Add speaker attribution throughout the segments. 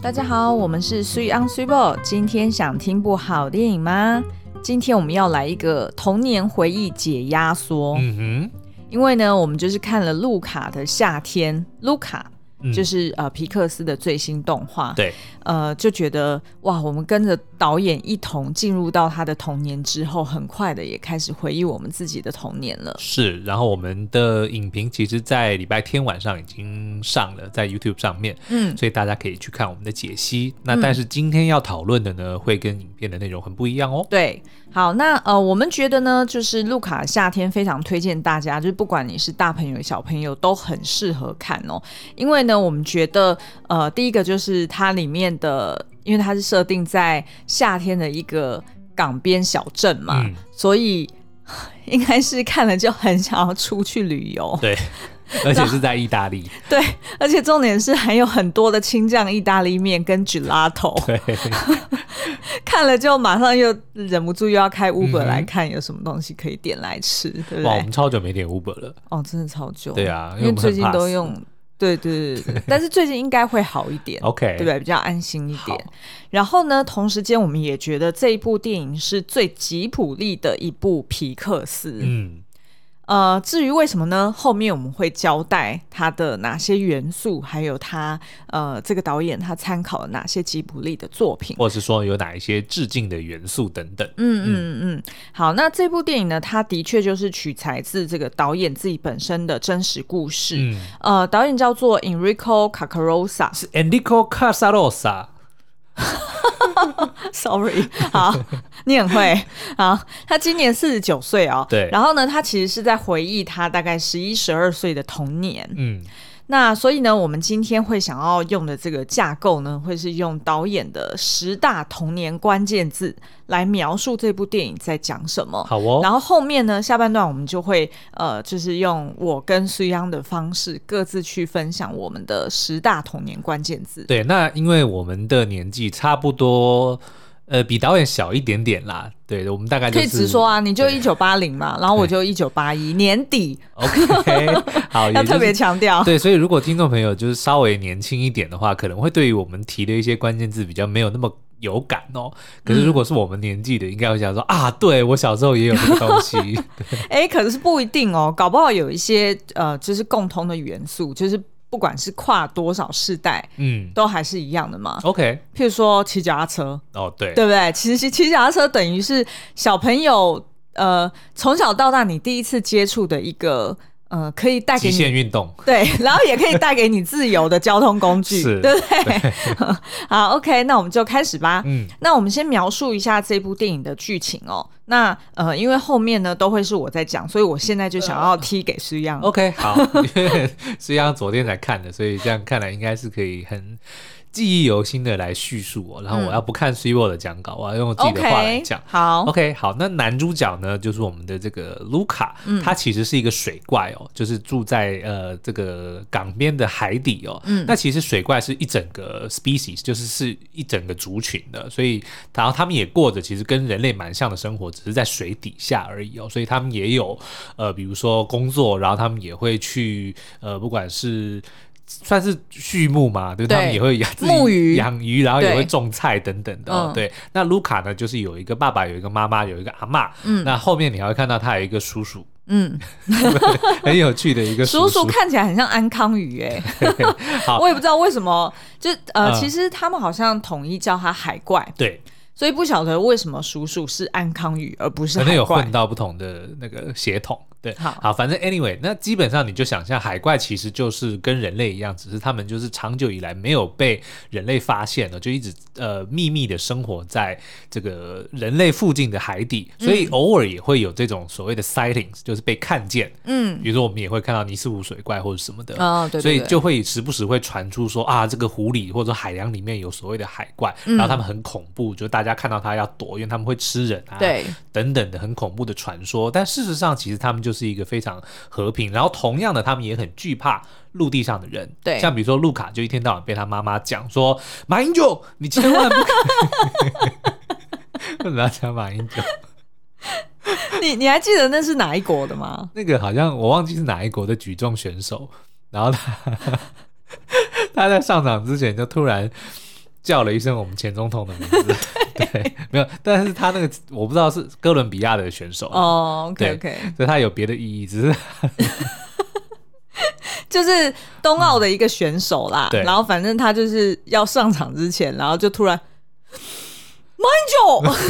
Speaker 1: 大家好，我们是水 on 水宝，今天想听部好电影吗？今天我们要来一个童年回忆解压缩。因为呢，我们就是看了路卡的夏天，路卡就是皮克斯的最新动画，
Speaker 2: 对，
Speaker 1: 就觉得哇，我们跟着导演一同进入到他的童年之后，很快的也开始回忆我们自己的童年了。
Speaker 2: 是，然后我们的影评其实在礼拜天晚上已经上了，在 YouTube 上面，所以大家可以去看我们的解析。那但是今天要讨论的呢，会跟影片的内容很不一样哦。
Speaker 1: 对，好，那我们觉得呢，就是路卡夏天非常推荐大家，就是不管你是大朋友小朋友都很适合看哦，因为呢，我们觉得第一个就是它里面的，因为它是设定在夏天的一个港边小镇嘛，所以应该是看了就很想要出去旅游。
Speaker 2: 对。而且是在意大利。
Speaker 1: 对，而且重点是还有很多的青酱意大利面跟 gelato。 对，看了就马上又忍不住又要开 Uber 来看有什么东西可以点来吃，对不对？
Speaker 2: 哇，我们超久没点 Uber 了。
Speaker 1: 哦，真的超久。
Speaker 2: 对啊，
Speaker 1: 因为最近都用，对，但是最近应该会好一点
Speaker 2: OK，
Speaker 1: 对不对？比较安心一点。然后呢，同时间我们也觉得这一部电影是最吉普力的一部皮克斯。至于为什么呢？后面我们会交代它的哪些元素，还有它这个导演他参考了哪些吉卜力的作品，
Speaker 2: 或者是说有哪一些致敬的元素等等。
Speaker 1: 好，那这部电影呢，它的确就是取材自这个导演自己本身的真实故事。导演叫做 Enrico Casarosa，
Speaker 2: 是 Enrico Casarosa。
Speaker 1: Sorry， 好，你很会。好，他今年49岁哦。
Speaker 2: 对。
Speaker 1: 然后呢，他其实是在回忆他大概11、12岁的童年。那所以呢，我们今天会想要用的这个架构呢，会是用导演的10大童年关键字来描述这部电影在讲什么。
Speaker 2: 好哦。
Speaker 1: 然后后面呢，下半段我们就会就是用我跟苏央的方式，各自去分享我们的10大童年关键字。
Speaker 2: 对，那因为我们的年纪差不多。比导演小一点点啦，对，我们大概就是
Speaker 1: 可以直说啊，你就1980嘛，然后我就1981年底。
Speaker 2: OK， 好，
Speaker 1: 要特别强调。
Speaker 2: 对，所以如果听众朋友就是稍微年轻一点的话，可能会对于我们提的一些关键字比较没有那么有感哦。可是如果是我们年纪的，应该会想说啊，对我小时候也有这个东西。
Speaker 1: 可是不一定哦，搞不好有一些就是共通的元素，就是不管是跨多少世代，都还是一样的嘛。
Speaker 2: OK，
Speaker 1: 譬如说骑脚踏车，
Speaker 2: 对，
Speaker 1: 对不对？其实骑脚踏车等于是小朋友从小到大你第一次接触的一个可以带给你
Speaker 2: 极限运动，
Speaker 1: 对，然后也可以带给你自由的交通工具，对不对？好 ，OK， 那我们就开始吧。那我们先描述一下这部电影的剧情哦。那因为后面呢都会是我在讲，所以我现在就想要踢给苏央。
Speaker 2: OK， 好，因为苏央昨天才看的，所以这样看来应该是可以很记忆犹新的来叙述哦。然后我要不看 Swivel 的讲稿，我要用我自己的话来讲。
Speaker 1: 好
Speaker 2: ，OK， 好，那男主角呢就是我们的这个卢卡，他其实是一个水怪哦，就是住在这个港边的海底哦。那其实水怪是一整个 species， 就是一整个族群的，所以然后他们也过着其实跟人类蛮像的生活，只是在水底下而已哦。所以他们也有比如说工作，然后他们也会去不管是算是畜牧嘛，对，他们也会
Speaker 1: 牧鱼
Speaker 2: 养鱼，然后也会种菜等等的。对，那卢卡呢，就是有一个爸爸，有一个妈妈，有一个阿嬷。那后面你还会看到他有一个叔叔。很有趣的一个
Speaker 1: 叔叔看起来很像安康鱼我也不知道为什么，就其实他们好像统一叫他海怪。
Speaker 2: 对。
Speaker 1: 所以不晓得为什么叔叔是安康鱼而不是海怪，
Speaker 2: 可能有混到不同的那个血统。对，好，反正 anyway， 那基本上你就想象海怪其实就是跟人类一样，只是他们就是长久以来没有被人类发现了，就一直秘密的生活在这个人类附近的海底，所以偶尔也会有这种所谓的 sightings， 就是被看见。比如说我们也会看到尼斯湖水怪或者什么的。对，所以就会时不时会传出说啊，这个湖里或者说海洋里面有所谓的海怪，然后他们很恐怖，就大家看到它要躲，因为他们会吃人啊，
Speaker 1: 对，
Speaker 2: 等等的很恐怖的传说。但事实上其实他们就是一个非常和平，然后同样的他们也很惧怕陆地上的人。对，像比如说路卡就一天到晚被他妈妈讲说，马英九你千万不可以为什么要讲马英九？
Speaker 1: 你还记得那是哪一国的吗？
Speaker 2: 那个好像我忘记是哪一国的举重选手，然后他在上场之前就突然叫了一声我们前总统的名字对，没有，但是他那个我不知道是哥伦比亚的选手
Speaker 1: 哦 OK，
Speaker 2: 所以他有别的意义，只是
Speaker 1: 就是冬奥的一个选手啦，
Speaker 2: 对，
Speaker 1: 然后反正他就是要上场之前，然后就突然mind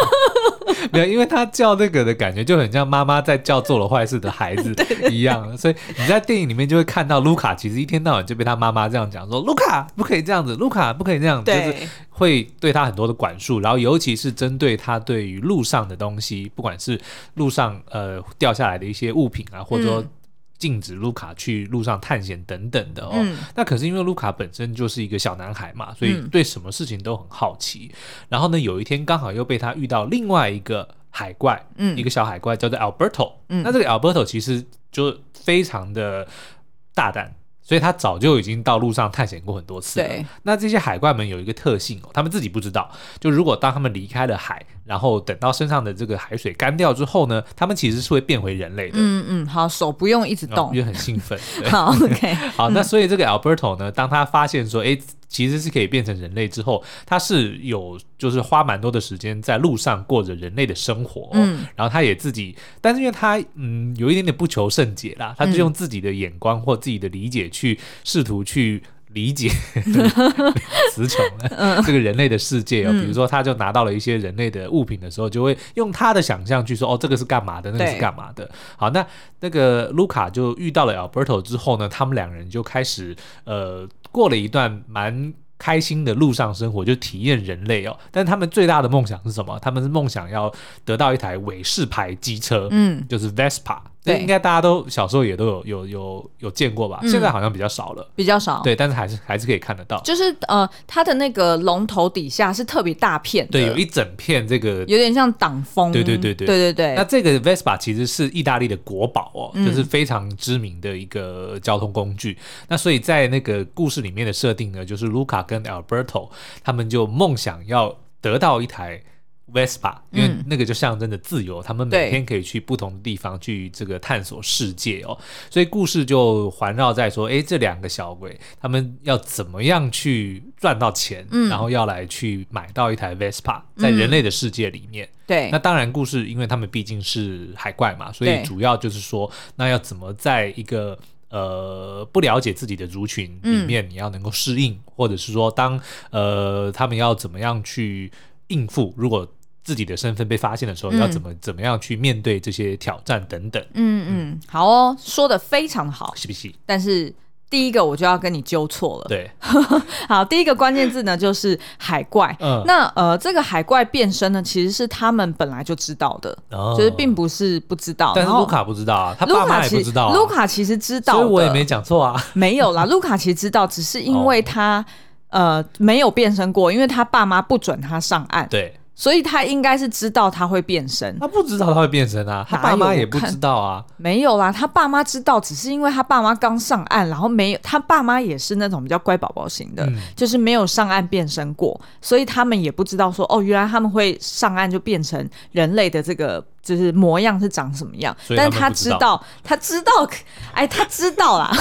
Speaker 1: you
Speaker 2: 没有，因为他叫那个的感觉就很像妈妈在叫做了坏事的孩子一样所以你在电影里面就会看到卢卡其实一天到晚就被他妈妈这样讲说，卢卡不可以这样子，卢卡不可以这样子，就是会对他很多的管束，然后尤其是针对他对于路上的东西，不管是路上掉下来的一些物品啊，或者说禁止卢卡去路上探险等等的那可是因为卢卡本身就是一个小男孩嘛，所以对什么事情都很好奇，然后呢有一天刚好又被他遇到另外一个海怪，一个小海怪叫做 Alberto，那这个 Alberto 其实就非常的大胆，所以他早就已经到路上探险过很多次了。那这些海怪们有一个特性他们自己不知道，就如果当他们离开了海，然后等到身上的这个海水干掉之后呢，他们其实是会变回人类的。
Speaker 1: 好，手不用一直动，
Speaker 2: 就很兴奋。
Speaker 1: 好 OK
Speaker 2: 好，那所以这个 Alberto 呢，当他发现说其实是可以变成人类之后，他是有就是花蛮多的时间在路上过着人类的生活然后他也自己，但是因为他有一点点不求甚解啦，他就用自己的眼光或自己的理解去试图去理解词穷了这个人类的世界比如说他就拿到了一些人类的物品的时候，就会用他的想象去说这个是干嘛的，那个是干嘛的。好，那个卢卡就遇到了 Alberto 之后呢，他们两人就开始过了一段蛮开心的路上生活，就体验人类但他们最大的梦想是什么？他们是梦想要得到一台韦氏牌机车就是 Vespa，应该大家都小时候也都有见过吧现在好像比较少了，
Speaker 1: 比较少，
Speaker 2: 对，但是还是可以看得到，
Speaker 1: 就是它的那个龙头底下是特别大片的，
Speaker 2: 对，有一整片这个
Speaker 1: 有点像挡风，对。
Speaker 2: 那这个 Vespa 其实是意大利的国宝就是非常知名的一个交通工具那所以在那个故事里面的设定呢，就是卢卡跟 Alberto 他们就梦想要得到一台Vespa， 因为那个就象征着自由他们每天可以去不同的地方去这个探索世界所以故事就环绕在说这两个小鬼他们要怎么样去赚到钱然后要来去买到一台 Vespa 在人类的世界里面
Speaker 1: 对，
Speaker 2: 那当然故事因为他们毕竟是海怪嘛，所以主要就是说那要怎么在一个不了解自己的族群里面你要能够适应或者是说当他们要怎么样去应付如果自己的身份被发现的时候要怎么样去面对这些挑战等等
Speaker 1: 好说得非常好，
Speaker 2: 是不是？
Speaker 1: 但是第一个我就要跟你纠错了，
Speaker 2: 对
Speaker 1: 好，第一个关键字呢就是海怪那这个海怪变身呢其实是他们本来就知道的就是并不是不知道，
Speaker 2: 但是卢卡不知道啊，他爸妈也不知道
Speaker 1: 卢卡其实知道的，
Speaker 2: 所以我也没讲错啊
Speaker 1: 没有啦卢卡其实知道，只是因为他没有变身过，因为他爸妈不准他上岸，
Speaker 2: 对，
Speaker 1: 所以他应该是知道他会变身，
Speaker 2: 他不知道他会变身啊，他爸妈也不知道啊，
Speaker 1: 没有啦，他爸妈知道，只是因为他爸妈刚上岸，然后没有，他爸妈也是那种比较乖宝宝型的就是没有上岸变身过，所以他们也不知道说原来他们会上岸就变成人类的这个就是模样是长什么样，但是他知道他知道啦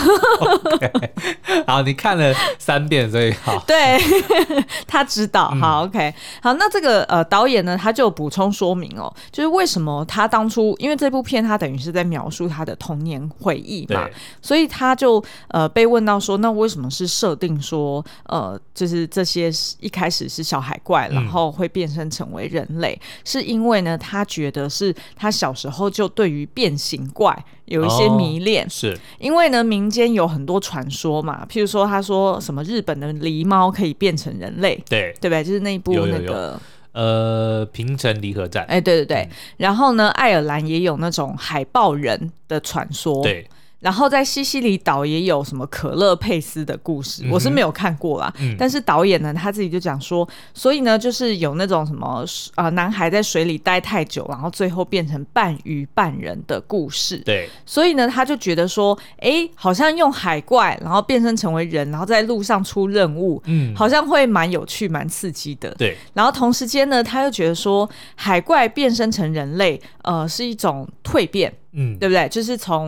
Speaker 2: okay， 好，你看了3遍所以好
Speaker 1: 对他知道好 OK 好，那这个导演呢他就补充说明就是为什么他当初因为这部片他等于是在描述他的童年回忆嘛，所以他就被问到说那为什么是设定说就是这些一开始是小海怪然后会变身成为人类是因为呢他觉得是他小时候就对于变形怪有一些迷恋
Speaker 2: 是
Speaker 1: 因为呢民间有很多传说嘛，譬如说他说什么日本的狸猫可以变成人类，对不对？就是那一部那个
Speaker 2: 平城离合战
Speaker 1: 对然后呢爱尔兰也有那种海豹人的传说，对，然后在西西里岛也有什么可乐佩斯的故事我是没有看过啦但是导演呢他自己就讲说所以呢就是有那种什么男孩在水里待太久然后最后变成半鱼半人的故事，对，所以呢他就觉得说好像用海怪然后变身成为人然后在路上出任务好像会蛮有趣蛮刺激的，对，然后同时间呢他又觉得说海怪变身成人类是一种蜕变对不对？就是从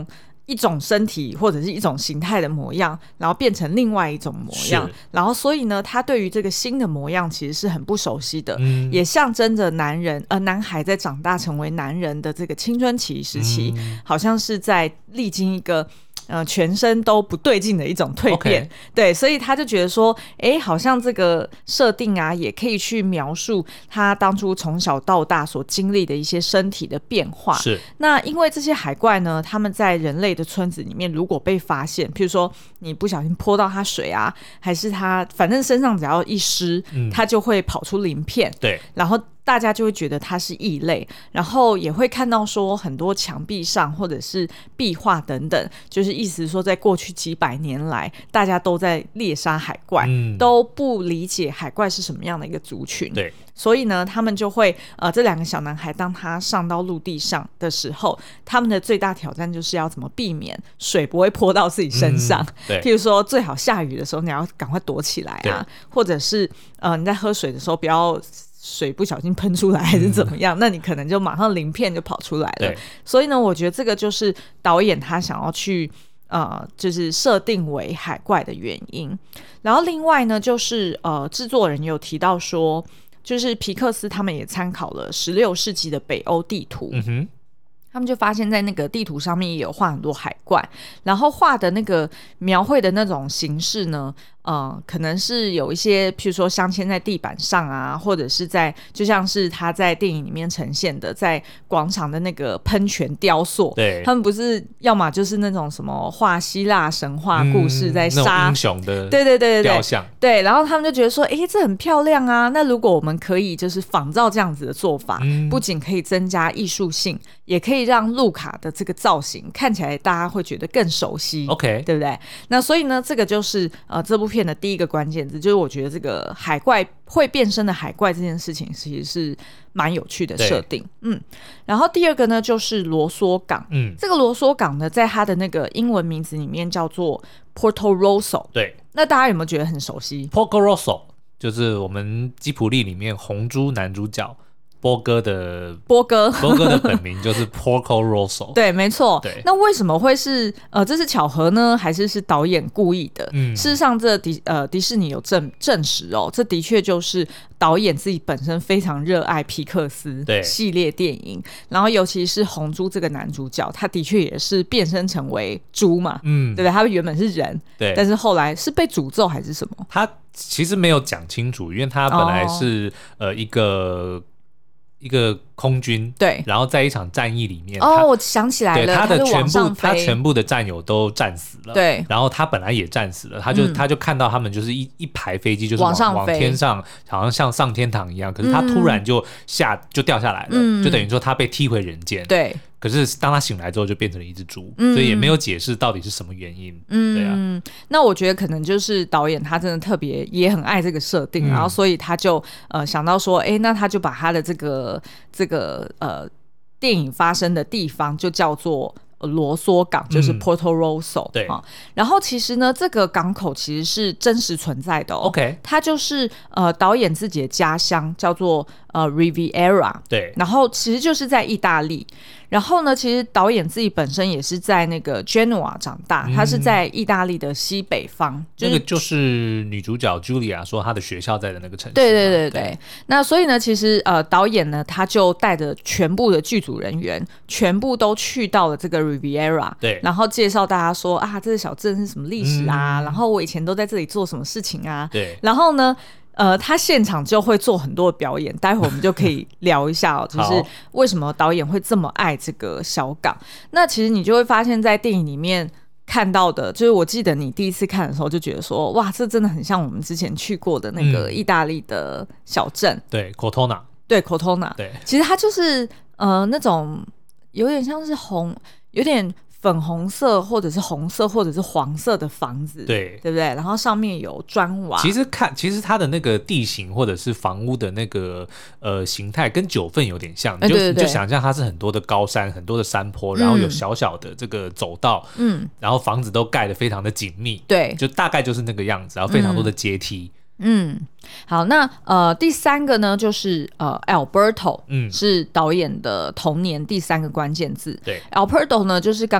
Speaker 1: 一种身体或者是一种形态的模样，然后变成另外一种模样，然后所以呢他对于这个新的模样其实是很不熟悉的，也象征着男孩在长大成为男人的这个青春期时期，好像是在历经一个全身都不对劲的一种蜕变，
Speaker 2: okay.
Speaker 1: 对，所以他就觉得说好像这个设定啊也可以去描述他当初从小到大所经历的一些身体的变化。
Speaker 2: 是，
Speaker 1: 那因为这些海怪呢，他们在人类的村子里面如果被发现，譬如说你不小心泼到他水啊，还是他反正身上只要一湿，他就会跑出鳞片，
Speaker 2: 对，
Speaker 1: 然后大家就会觉得它是异类，然后也会看到说很多墙壁上或者是壁画等等，就是意思说在过去几百年来大家都在猎杀海怪，都不理解海怪是什么样的一个族群，
Speaker 2: 对，
Speaker 1: 所以呢他们就会这两个小男孩当他上到陆地上的时候，他们的最大挑战就是要怎么避免水不会泼到自己身上，
Speaker 2: 对，
Speaker 1: 譬如说最好下雨的时候你要赶快躲起来啊，或者是你在喝水的时候不要水不小心喷出来还是怎么样，那你可能就马上鳞片就跑出来了。所以呢我觉得这个就是导演他想要去就是设定为海怪的原因。然后另外呢就是制作人有提到说，就是皮克斯他们也参考了16世纪的北欧地图，他们就发现在那个地图上面也有画很多海怪，然后画的那个描绘的那种形式呢可能是有一些譬如说镶嵌在地板上啊，或者是在就像是他在电影里面呈现的在广场的那个喷泉雕塑，
Speaker 2: 对，
Speaker 1: 他们不是要么就是那种什么画希腊神话故事在杀、
Speaker 2: 那种英雄的雕像，
Speaker 1: 对，然后他们就觉得说这很漂亮啊，那如果我们可以就是仿照这样子的做法，不仅可以增加艺术性，也可以让路卡的这个造型看起来大家会觉得更熟悉，
Speaker 2: OK，
Speaker 1: 对不对？那所以呢这个就是这部片的第一个关键字，就是我觉得这个海怪会变身的海怪这件事情其实是蛮有趣的设定。然后第二个呢就是罗梭港，这个罗梭港呢在它的那个英文名字里面叫做 Porto Rosso， 对，那大家有没有觉得很熟悉？
Speaker 2: Porto Rosso 就是我们吉普力里面红猪男主角波哥的本名就是 Porco Rosso，
Speaker 1: 对，没错。那为什么会是这是巧合呢，还是导演故意的？事实上这迪士尼有证实这的确就是导演自己本身非常热爱皮克斯系列电影，然后尤其是红猪这个男主角，他的确也是变身成为猪嘛，对不对？他原本是人，对，但是后来是被诅咒还是什么？
Speaker 2: 他其实没有讲清楚，因为他本来是一个空军，对，然后在一场战役里面，
Speaker 1: 我想起来了，
Speaker 2: 他全部的战友都战死了，对，然后他本来也战死了，他就看到他们就是一排飞机就是往天上，好像像上天堂一样，可是他突然就掉下来了，就等于说他被踢回人间，对。可是当他醒来之后就变成了一只猪，所以也没有解释到底是什么原因。对啊，
Speaker 1: 那我觉得可能就是导演他真的特别也很爱这个设定，然后所以他就想到说那他就把他的这个电影发生的地方就叫做罗梭港，就是 Porto Rosso，对，然后其实呢这个港口其实是真实存在的，OK， 它就是导演自己的家乡叫做Riviera， 对，然后其实就是在意大利。然后呢其实导演自己本身也是在那个 Genoa 长大，他是在意大利的西北方，
Speaker 2: 那个就是女主角 Julia 说她的学校在的那个城市。
Speaker 1: 对，那所以呢其实导演呢他就带着全部的剧组人员全部都去到了这个 Riviera， 对，然后介绍大家说这个小镇是什么历史啊，然后我以前都在这里做什么事情啊，对，然后呢他现场就会做很多的表演，待会我们就可以聊一下就是为什么导演会这么爱这个小港。那其实你就会发现在电影里面看到的，就是我记得你第一次看的时候就觉得说哇这真的很像我们之前去过的那个意大利的小镇，
Speaker 2: 对 Cortona，
Speaker 1: 对 Cortona， 对，其实它就是那种有点像是有点粉红色或者是红色或者是黄色的房子，对不对？然后上面有砖瓦。
Speaker 2: 其实它的那个地形或者是房屋的那个形态跟九份有点像，你就想象它是很多的高山，很多的山坡，然后有小小的这个走道，然后房子都盖得非常的紧密，对，就大概就是那个样子，然后非常多的阶梯。
Speaker 1: 好，那第三个呢就是Alberto，是导演的童年第三个关键字。对， Alberto 呢就是刚刚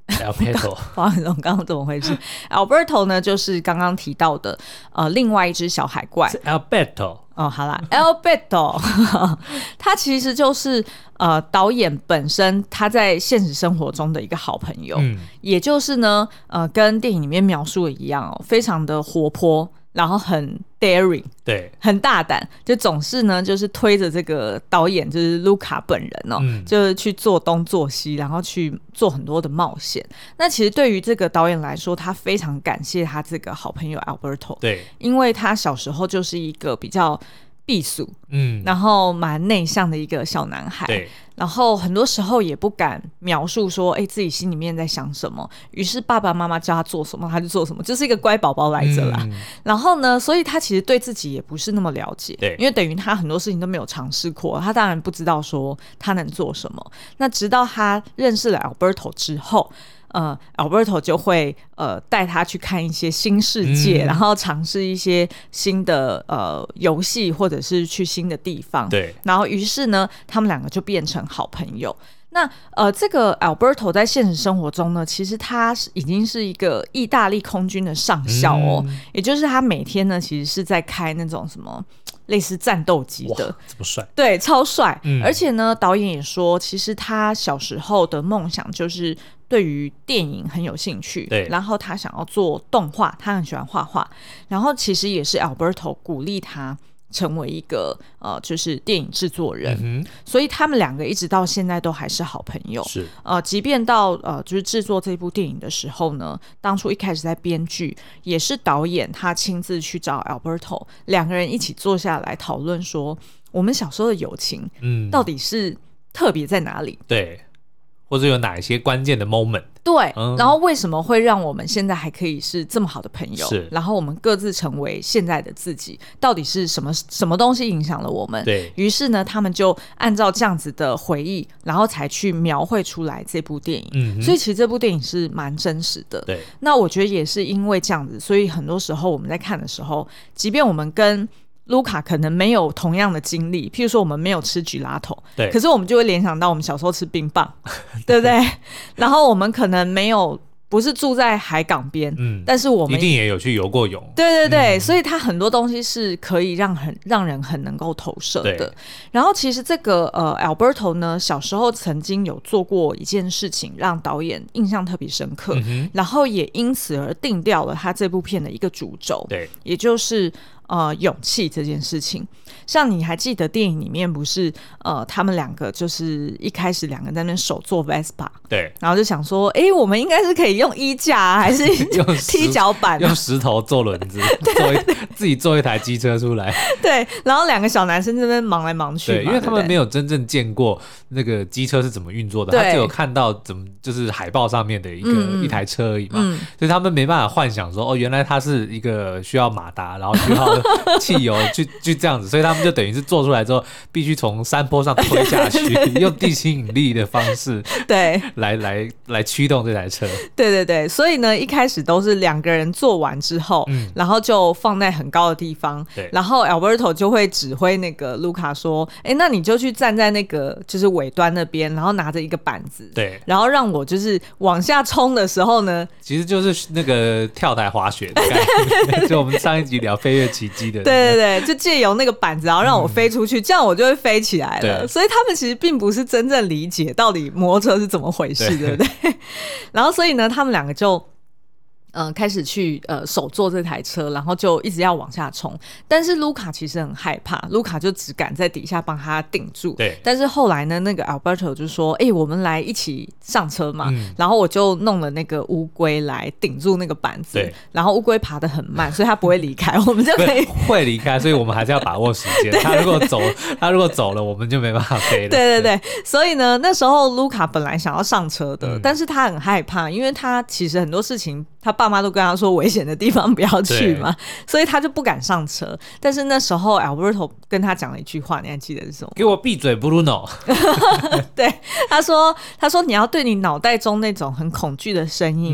Speaker 2: Alberto
Speaker 1: 不好意思，我刚刚怎么回事？Alberto 呢，就是刚刚提到的另外一只小海怪
Speaker 2: Alberto。
Speaker 1: 好啦 Alberto 他其实就是导演本身他在现实生活中的一个好朋友，也就是呢跟电影里面描述的一样非常的活泼，然后很 daring，
Speaker 2: 对，
Speaker 1: 很大胆，就总是呢就是推着这个导演就是卢卡本人就是去做东做西，然后去做很多的冒险。那其实对于这个导演来说，他非常感谢他这个好朋友 Alberto，
Speaker 2: 对，
Speaker 1: 因为他小时候就是一个比较避暑，然后蛮内向的一个小男孩，
Speaker 2: 对，
Speaker 1: 然后很多时候也不敢描述说自己心里面在想什么，于是爸爸妈妈叫他做什么他就做什么，就是一个乖宝宝来着啦。然后呢，所以他其实对自己也不是那么了解，
Speaker 2: 对，
Speaker 1: 因为等于他很多事情都没有尝试过，他当然不知道说他能做什么。那直到他认识了 Alberto 之后Alberto 就会带他去看一些新世界，然后尝试一些新的游戏，或者是去新的地方。
Speaker 2: 对，
Speaker 1: 然后于是呢，他们两个就变成好朋友。那这个 Alberto 在现实生活中呢，其实他已经是一个意大利空军的上校也就是他每天呢其实是在开那种什么类似战斗机的，
Speaker 2: 这么帅，
Speaker 1: 对，超帅。而且呢，导演也说，其实他小时候的梦想就是对于电影很有兴趣，
Speaker 2: 对，
Speaker 1: 然后他想要做动画，他很喜欢画画，然后其实也是 Alberto 鼓励他成为一个就是电影制作人，所以他们两个一直到现在都还是好朋友。
Speaker 2: 是
Speaker 1: 即便到就是制作这部电影的时候呢，当初一开始在编剧也是导演他亲自去找 Alberto， 两个人一起坐下来讨论说，我们小时候的友情到底是特别在哪里？
Speaker 2: 对，或者有哪一些关键的 moment？
Speaker 1: 对，然后为什么会让我们现在还可以是这么好的朋友？
Speaker 2: 是，
Speaker 1: 然后我们各自成为现在的自己，到底是什么东西影响了我们？
Speaker 2: 对，
Speaker 1: 于是呢，他们就按照这样子的回忆，然后才去描绘出来这部电影。所以其实这部电影是蛮真实的。
Speaker 2: 对，
Speaker 1: 那我觉得也是因为这样子，所以很多时候我们在看的时候，即便我们跟卢卡可能没有同样的经历，譬如说我们没有吃焗拉头，
Speaker 2: 对，
Speaker 1: 可是我们就会联想到我们小时候吃冰棒，对不对？然后我们可能不是住在海港边，但是我们
Speaker 2: 一定也有去游过泳，
Speaker 1: 对对对，所以它很多东西是可以让人很能够投射的。然后其实这个Alberto 呢，小时候曾经有做过一件事情，让导演印象特别深刻，然后也因此而定掉了他这部片的一个主轴，
Speaker 2: 对，
Speaker 1: 也就是勇气这件事情。像你还记得电影里面不是他们两个就是一开始两个在那边手做 Vespa，
Speaker 2: 对，
Speaker 1: 然后就想说我们应该是可以用衣架还是用踢脚板
Speaker 2: 用石头做轮子自己做一台机车出来，
Speaker 1: 对，然后两个小男生在那边忙来忙去嘛，
Speaker 2: 对，因为他们没有真正见过那个机车是怎么运作的，他只有看到怎么就是海报上面的一台车而已嘛，所以他们没办法幻想说原来它是一个需要马达，然后需要汽油去这样子，所以他们就等于是做出来之后必须从山坡上推下去，用地心引力的方式
Speaker 1: 对
Speaker 2: 来驱动这台车。
Speaker 1: 对对对，所以呢一开始都是两个人做完之后，然后就放在很高的地方，然后 Alberto 就会指挥那个卢卡说那你就去站在那个就是尾端那边，然后拿着一个板子，
Speaker 2: 对，
Speaker 1: 然后让我就是往下冲的时候呢，
Speaker 2: 其实就是那个跳台滑雪的概念就我们上一集聊飞跃奇迹的，
Speaker 1: 对对对，就借由那个板子然后让我飞出去，这样我就会飞起来了。所以他们其实并不是真正理解到底摩托车是怎么回事，对不对？然后所以呢他们两个就开始去手做这台车，然后就一直要往下冲，但是卢卡其实很害怕，卢卡就只敢在底下帮他顶住。
Speaker 2: 对，
Speaker 1: 但是后来呢那个 Alberto 就说我们来一起上车嘛，然后我就弄了那个乌龟来顶住那个板子，
Speaker 2: 对，
Speaker 1: 然后乌龟爬得很慢，所以它不会离开我们就可以
Speaker 2: 会离开，所以我们还是要把握时间他如果走了我们就没办法飞了。
Speaker 1: 对对对，所以呢那时候卢卡本来想要上车的，但是他很害怕，因为他其实很多事情他爸妈都跟他说危险的地方不要去嘛，所以他就不敢上车。但是那时候 Alberto 跟他讲了一句话，你还记得是什么？
Speaker 2: 给我闭嘴 Bruno
Speaker 1: 对，他说你要对你脑袋中那种很恐惧的声音，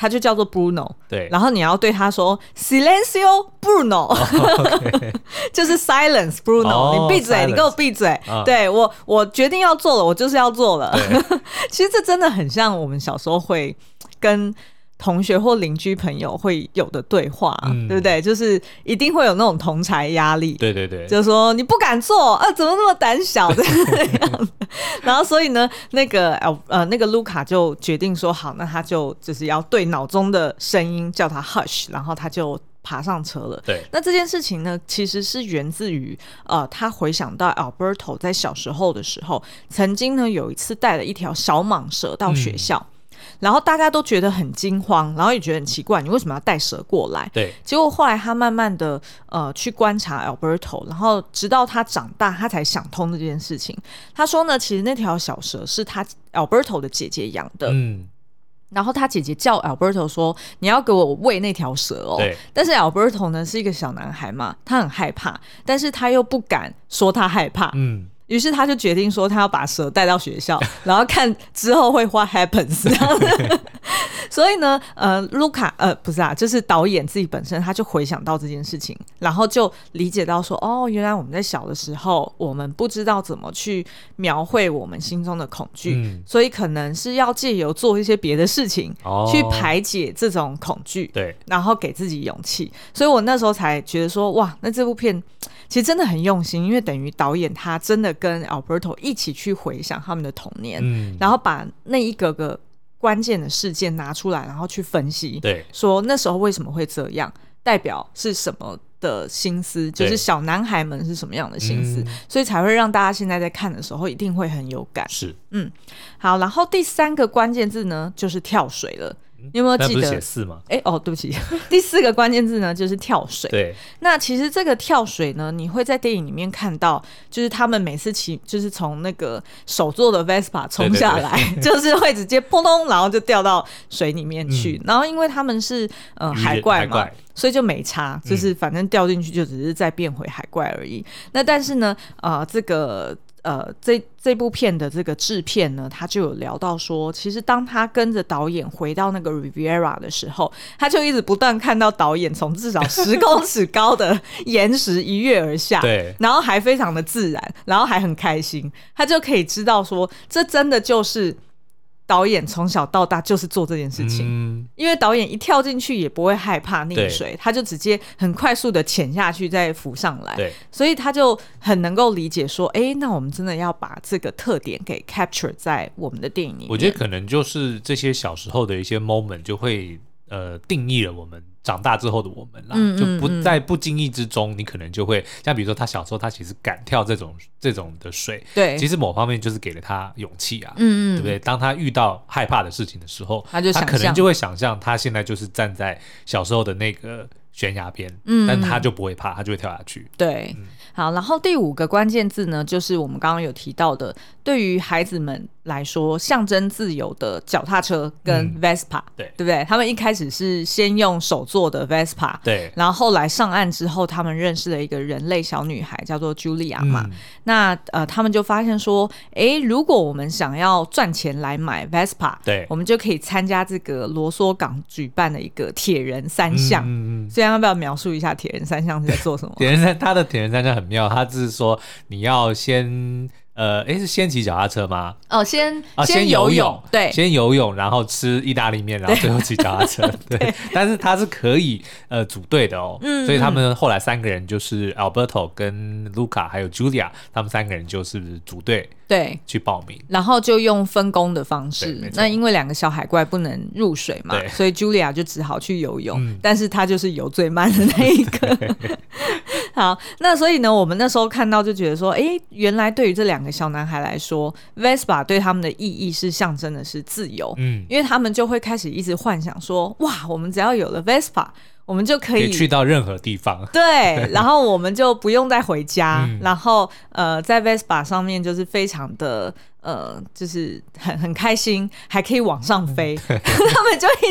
Speaker 1: 他就叫做 Bruno，
Speaker 2: 对，
Speaker 1: 然后你要对他说 Silencio Bruno，
Speaker 2: okay
Speaker 1: 就是 Silence Bruno， 你闭嘴， 你给我闭嘴，对，我决定要做了，我就是要做了。其实这真的很像我们小时候会跟同学或邻居朋友会有的对话，对不对？就是一定会有那种同侪压力，
Speaker 2: 对对对，
Speaker 1: 就是说你不敢做怎么那么胆小这样然后所以呢，那个卢卡就决定说好，那他就是要对脑中的声音叫他 hush， 然后他就爬上车了。
Speaker 2: 对，
Speaker 1: 那这件事情呢，其实是源自于他回想到 Alberto 在小时候的时候，曾经呢有一次带了一条小蟒蛇到学校。然后大家都觉得很惊慌，然后也觉得很奇怪，你为什么要带蛇过来？
Speaker 2: 对。
Speaker 1: 结果后来他慢慢的去观察 Alberto， 然后直到他长大，他才想通这件事情。他说呢，其实那条小蛇是他 Alberto 的姐姐养的。然后他姐姐叫 Alberto 说：“你要给我喂那条蛇哦。”
Speaker 2: 对。
Speaker 1: 但是 Alberto 呢是一个小男孩嘛，他很害怕，但是他又不敢说他害怕。于是他就决定说他要把蛇带到学校然后看之后会 what happens 所以呢卢卡不是就是导演自己本身他就回想到这件事情，然后就理解到说原来我们在小的时候我们不知道怎么去描绘我们心中的恐惧，所以可能是要借由做一些别的事情去排解这种恐惧，
Speaker 2: 对，
Speaker 1: 然后给自己勇气。所以我那时候才觉得说哇，那这部片其实真的很用心，因为等于导演他真的跟 Alberto 一起去回想他们的童年，然后把那一个个关键的事件拿出来，然后去分析，
Speaker 2: 对，
Speaker 1: 说那时候为什么会这样，代表是什么的心思，就是小男孩们是什么样的心思，所以才会让大家现在在看的时候一定会很有感。
Speaker 2: 是，
Speaker 1: 好，然后第3个关键字呢就是跳水了。你有没有记得？
Speaker 2: 那不是写4吗？
Speaker 1: 对不起，第4个关键字呢就是跳水。
Speaker 2: 对，
Speaker 1: 那其实这个跳水呢，你会在电影里面看到，就是他们每次就是从那个手做的 Vespa 冲下来，对对对就是会直接砰咚，然后就掉到水里面去。然后因为他们是海怪嘛，所以就没差，就是反正掉进去就只是再变回海怪而已。那但是呢，这个。这部片的这个制片呢，他就有聊到说，其实当他跟着导演回到那个 Riviera 的时候，他就一直不断看到导演从至少10公尺高的岩石一跃而下，
Speaker 2: 对，
Speaker 1: 然后还非常的自然，然后还很开心，他就可以知道说，这真的就是导演从小到大就是做这件事情，因为导演一跳进去也不会害怕溺水，他就直接很快速的潜下去再浮上来，
Speaker 2: 对，
Speaker 1: 所以他就很能够理解说那我们真的要把这个特点给 capture 在我们的电影里面。
Speaker 2: 我觉得可能就是这些小时候的一些 moment 就会定义了我们长大之后的我们啦，就不在不经意之中，你可能就会像比如说他小时候他其实敢跳这种的水，
Speaker 1: 对，
Speaker 2: 其实某方面就是给了他勇气啊，对不对？当他遇到害怕的事情的时候，他可能就会想象他现在就是站在小时候的那个悬崖边，但他就不会怕，他就会跳下去。
Speaker 1: 对，好，然后第5个关键字呢，就是我们刚刚有提到的，对于孩子们来说象征自由的脚踏车跟 Vespa，对不对？他们一开始是先用手做的 Vespa，
Speaker 2: 对，
Speaker 1: 然后后来上岸之后，他们认识了一个人类小女孩叫做 Julia 嘛，那他们就发现说，如果我们想要赚钱来买 Vespa， 对，我们就可以参加这个罗梭港举办的一个铁人3项，所以要不要描述一下铁人3项是在做什么？
Speaker 2: 他的铁人3项很妙，他是说你要先是先骑脚踏车吗？
Speaker 1: 先游泳，对，
Speaker 2: 先游泳，然后吃意大利面，然后最后骑脚踏车，对。但是他是可以组队的哦，所以他们后来3个人就是 Alberto 跟 Luca 还有 Julia， 他们3个人就是组队。对，去报名，
Speaker 1: 然后就用分工的方式。那因为2个小海怪不能入水嘛，所以 Julia 就只好去游泳，但是她就是游最慢的那一个。好，那所以呢，我们那时候看到就觉得说，原来对于这2个小男孩来说 Vespa 对他们的意义是象征的是自由，因为他们就会开始一直幻想说，哇，我们只要有了 Vespa，我们就可以
Speaker 2: 去到任何地方，
Speaker 1: 对，然后我们就不用再回家，然后在 Vespa 上面就是非常的就是很开心，还可以往上飞，他们就一直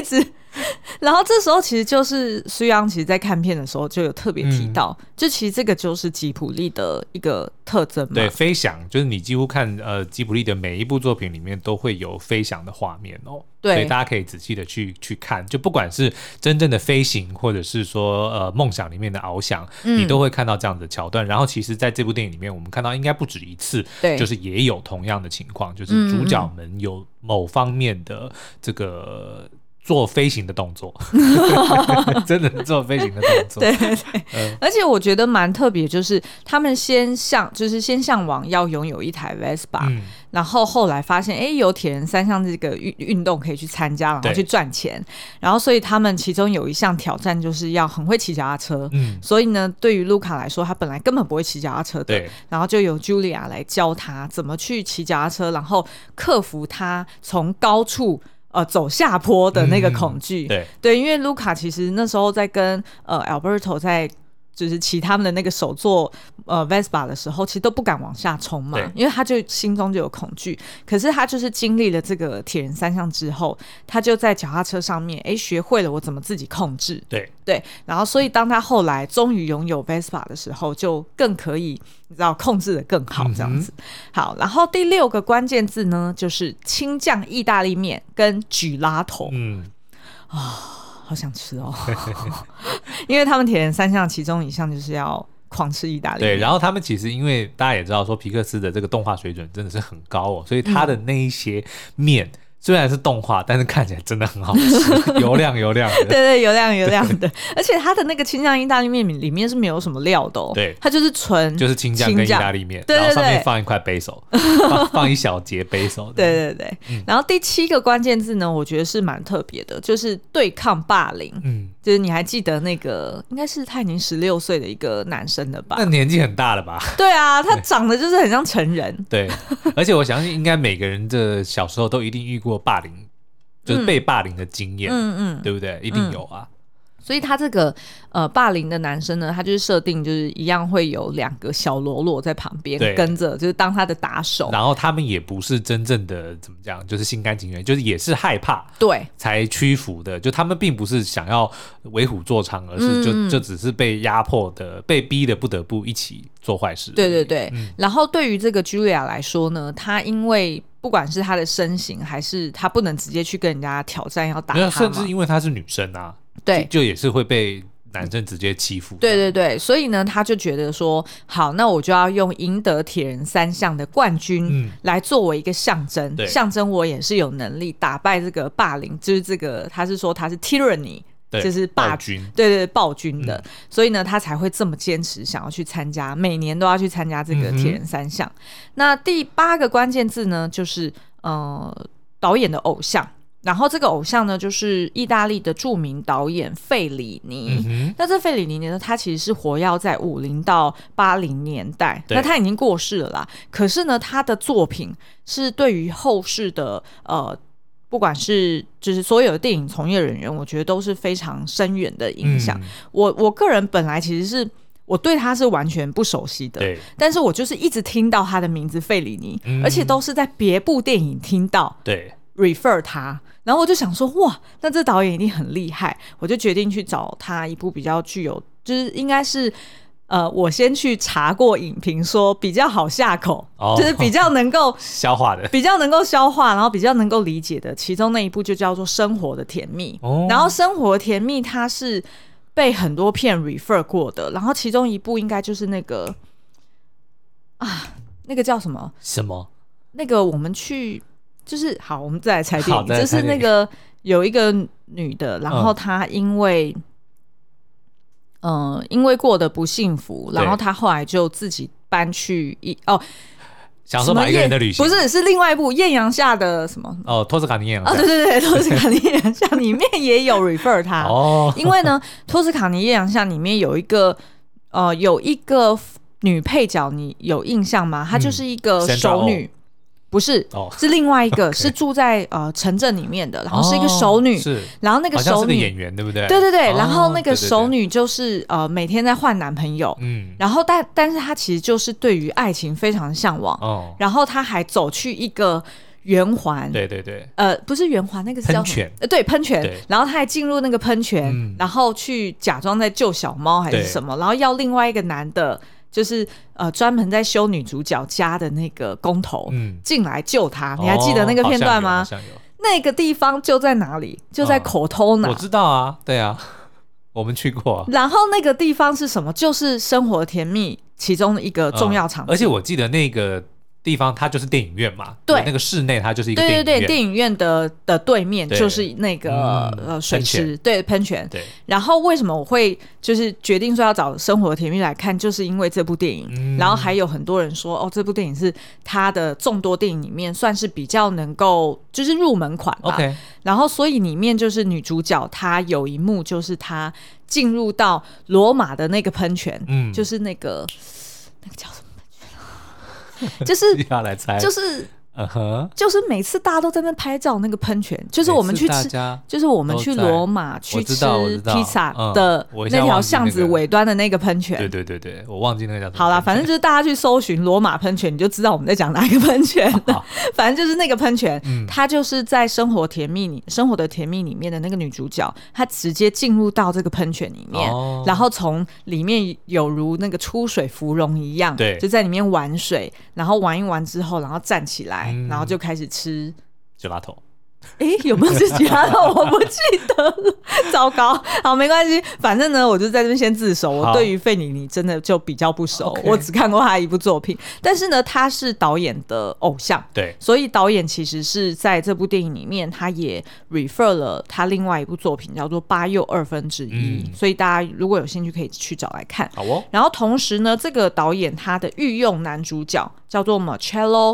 Speaker 1: 然后这时候其实就是苏央其实在看片的时候就有特别提到，就其实这个就是吉卜力的一个特征嘛。
Speaker 2: 对，飞翔就是你几乎看吉卜力的每一部作品里面都会有飞翔的画面哦。对，所以大家可以仔细的去看，就不管是真正的飞行，或者是说梦想里面的翱翔，你都会看到这样的桥段。然后其实在这部电影里面我们看到应该不止一次，对，就是也有同样的情况，就是主角们有某方面的这个做飞行的动作真的做飞行的动作
Speaker 1: 对对对、而且我觉得蛮特别，就是他们先向往要拥有一台 Vespa、然后后来发现有铁人三项这个运动可以去参加，然后去赚钱，然后所以他们其中有一项挑战就是要很会骑脚踏车、所以呢对于卢卡来说他本来根本不会骑脚踏车的，然后就由 Julia 来教他怎么去骑脚踏车，然后克服他从高处走下坡的那个恐惧、对，因为卢卡其实那时候在跟Alberto 在就是骑他们的那个手作Vespa 的时候，其实都不敢往下冲嘛，因为他就心中就有恐惧。可是他就是经历了这个铁人三项之后，他就在脚踏车上面学会了我怎么自己控制。对，然后所以当他后来终于拥有 Vespa 的时候，就更可以你知道控制的更好这样子、好，然后第6个关键字呢就是青酱意大利面跟gelato。好想吃哦因为他们铁人三项其中一项就是要狂吃意大利面。
Speaker 2: 对，然后他们其实因为大家也知道说皮克斯的这个动画水准真的是很高哦，所以他的那一些面虽然是动画，但是看起来真的很好吃油亮的对
Speaker 1: 对，油亮的而且它的那个青酱意大利面里面是没有什么料的哦，
Speaker 2: 对，
Speaker 1: 它就是纯
Speaker 2: 就是青酱跟意大利面，然后上面放一块basil放一小节basil
Speaker 1: 对、然后第7个关键字呢我觉得是蛮特别的，就是对抗霸凌。就是你还记得那个应该是他已经16岁的一个男生了吧，
Speaker 2: 那年纪很大了吧？
Speaker 1: 对啊，他长得就是很像成人
Speaker 2: 对，而且我相信应该每个人的小时候都一定遇过霸凌，就是被霸凌的经验，对不对？一定有啊。
Speaker 1: 所以他这个霸凌的男生呢，他就是设定就是一样会有2个小喽啰在旁边跟着，就是当他的打手。
Speaker 2: 然后他们也不是真正的怎么讲，就是心甘情愿，就是也是害怕
Speaker 1: 对才
Speaker 2: 屈服的，就他们并不是想要为虎作伥，而是就只是被压迫的、被逼的不得不一起做坏事。
Speaker 1: 对、然后对于这个 Julia 来说呢，他因为不管是他的身形还是他不能直接去跟人家挑战要打他嘛，
Speaker 2: 甚至因为他是女生啊，对，就也是会被男生直接欺负。
Speaker 1: 对，所以呢他就觉得说好，那我就要用赢得铁人三项的冠军来作为一个象征，象征我也是有能力打败这个霸凌，就是这个他是说他是 tyranny，就是
Speaker 2: 暴君，
Speaker 1: 对暴君的、所以呢他才会这么坚持想要去参加，每年都要去参加这个铁人三项。那第8个关键字呢就是导演的偶像，然后这个偶像呢就是意大利的著名导演费里尼。那这费里尼呢他其实是活跃在50到80年代，那他已经过世了啦，可是呢他的作品是对于后世的不管是就是所有的电影从业人员，我觉得都是非常深远的影响。我个人本来其实是我对他是完全不熟悉的，但是我就是一直听到他的名字费里尼，而且都是在别部电影听到refer 他，然后我就想说哇，那这导演一定很厉害，我就决定去找他一部比较具有就是应该是我先去查过影评说比较好下口，就是比较能够
Speaker 2: 消化的，
Speaker 1: 比较能够消化，然后比较能够理解的，其中那一部就叫做《生活的甜蜜》。然后《生活的甜蜜》它是被很多片 refer 过的，然后其中一部应该就是那个那个叫什么那个我们去就是好，我们再来猜电影，就是那个有一个女的，然后她因为过得不幸福，然后她后来就自己搬去
Speaker 2: 想说买一个人的旅行，
Speaker 1: 不是，是另外一部艳阳下的什么
Speaker 2: 托斯卡尼艳阳下，
Speaker 1: 对，托斯卡尼艳阳下里面也有 refer 他因为呢托斯卡尼艳阳下里面有一个女配角，你有印象吗？她就是一个熟女，不是，是另外一个，是住在城镇里面的，然后是一个熟女，然后那个熟女好像
Speaker 2: 是个演员，对不对？
Speaker 1: 对，然后那个熟女就是每天在换男朋友，然后但是她其实就是对于爱情非常向往，然后她还走去一个圆环，
Speaker 2: 对对对，
Speaker 1: 不是圆环，那个是叫
Speaker 2: 喷泉，
Speaker 1: 对，喷泉，然后他还进入那个喷泉，然后去假装在救小猫还是什么，然后要另外一个男的，就是专门在修女主角家的那个工头进来救他，你还记得那个片段吗？
Speaker 2: 好像有
Speaker 1: 那个地方就在哪里？就在口偷拿，
Speaker 2: 我知道啊，对啊，我们去过啊。
Speaker 1: 然后那个地方是什么？就是生活甜蜜其中的一个重要场景，
Speaker 2: 而且我记得那个地方它就是电影院嘛，
Speaker 1: 对，
Speaker 2: 那个室内它就是一个电影院，
Speaker 1: 对，电影院的对面就是那个水池，对，喷泉。对，然后为什么我会就是决定说要找《生活的甜蜜》来看，就是因为这部电影，然后还有很多人说这部电影是他的众多电影里面算是比较能够就是入门款吧。
Speaker 2: OK，
Speaker 1: 然后所以里面就是女主角她有一幕就是她进入到罗马的那个喷泉，就是那个叫什么？就是
Speaker 2: 要来猜，
Speaker 1: 就是每次大家都在那边拍照，那个喷泉，就是我们去吃，就是我们去罗马去吃披萨的那条巷子尾端的那个喷泉。
Speaker 2: 对，我忘记那个叫什么。
Speaker 1: 好啦，反正就是大家去搜寻罗马喷泉，你就知道我们在讲哪一个喷泉了。反正就是那个喷泉，它就是在生活的甜蜜里面的那个女主角，她直接进入到这个喷泉里面，然后从里面有如那个出水芙蓉一样，
Speaker 2: 对，
Speaker 1: 就在里面玩水，然后玩一玩之后，然后站起来。然后就开始吃
Speaker 2: gelato。
Speaker 1: 有没有吃gelato？我不记得了，糟糕。好，没关系，反正呢，我就在这边先自首。我对于费里尼真的就比较不熟，我只看过他一部作品。但是呢，他是导演的偶像，
Speaker 2: 对，
Speaker 1: 所以导演其实是在这部电影里面，他也 refer 了他另外一部作品叫做《8又2/2》，所以大家如果有兴趣可以去找来看。
Speaker 2: 好哦。
Speaker 1: 然后同时呢，这个导演他的御用男主角叫做 Marcello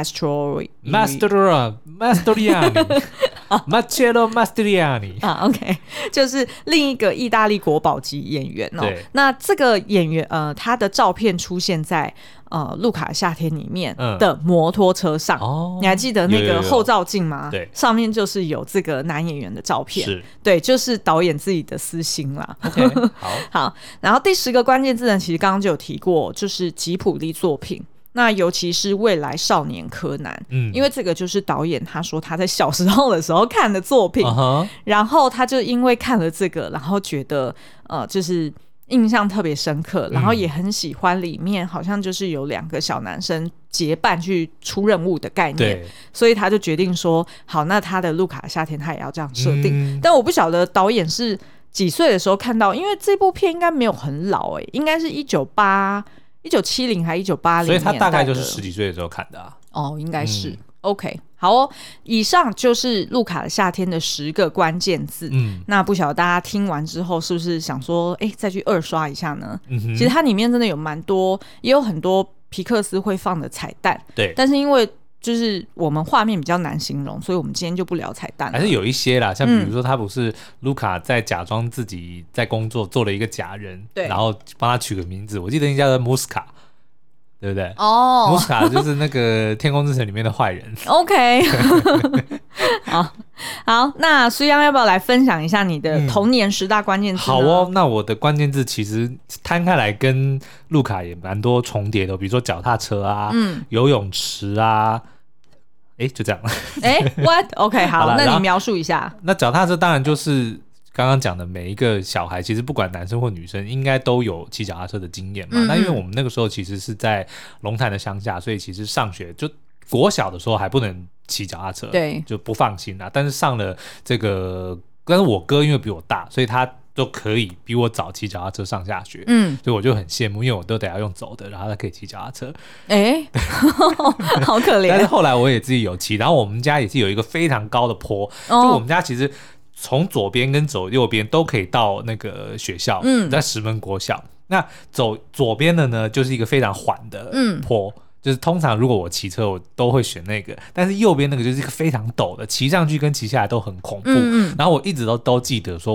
Speaker 1: Mastroianni。OK， 就是另一个意大利国宝级演员哦。那这个演员他的照片出现在路卡夏天里面的摩托车上，你还记得那个后照镜吗？
Speaker 2: 对，
Speaker 1: 上面就是有这个男演员的照片，
Speaker 2: 是，
Speaker 1: 对，就是导演自己的私心啦。
Speaker 2: OK，
Speaker 1: 好，然后第10个关键字呢，其实刚刚就有提过，就是吉卜力作品。那尤其是未来少年柯南，因为这个就是导演他说他在小时候的时候看的作品，然后他就因为看了这个，然后觉得就是印象特别深刻，然后也很喜欢里面好像就是有2个小男生结伴去出任务的概念，所以他就决定说好，那他的路卡夏天他也要这样设定。但我不晓得导演是几岁的时候看到，因为这部片应该没有很老应该是1970还1980，
Speaker 2: 所以他大概就是10几岁的时候看的啊。
Speaker 1: 应该是。OK， 好哦，以上就是路卡的夏天的10个关键字。那不晓得大家听完之后是不是想说，再去2刷一下呢？其实它里面真的有蛮多，也有很多皮克斯会放的彩蛋。对，但是因为就是我们画面比较难形容，所以我们今天就不聊彩蛋了。
Speaker 2: 还是有一些啦，像比如说他不是卢卡在假装自己在工作，做了一个假人，然后帮他取个名字，我记得应该叫穆斯卡，对不对？穆斯卡就是那个《天空之城》里面的坏人。OK，
Speaker 1: 好，那苏央要不要来分享一下你的童年10大关键字？
Speaker 2: 好哦，那我的关键字其实摊开来跟路卡也蛮多重叠的，比如说脚踏车啊，游泳池啊。就这样。
Speaker 1: what？ OK， 好，那你描述一下。
Speaker 2: 那脚踏车当然就是刚刚讲的，每一个小孩其实不管男生或女生，应该都有骑脚踏车的经验嘛。那因为我们那个时候其实是在龙潭的乡下，所以其实上学就国小的时候还不能骑脚踏车，对，就不放心啦。但是上了这个，但是我哥因为比我大，所以他都可以比我早骑脚踏车上下学，所以我就很羡慕，因为我都得要用走的，然后他可以骑脚踏车，
Speaker 1: 好可怜。
Speaker 2: 但是后来我也自己有骑，然后我们家也是有一个非常高的坡，就我们家其实从左边跟走右边都可以到那个学校，在石门国小。那走左边的呢，就是一个非常缓的坡。就是通常如果我骑车我都会选那个，但是右边那个就是一个非常陡的，骑上去跟骑下来都很恐怖。然后我一直都记得说我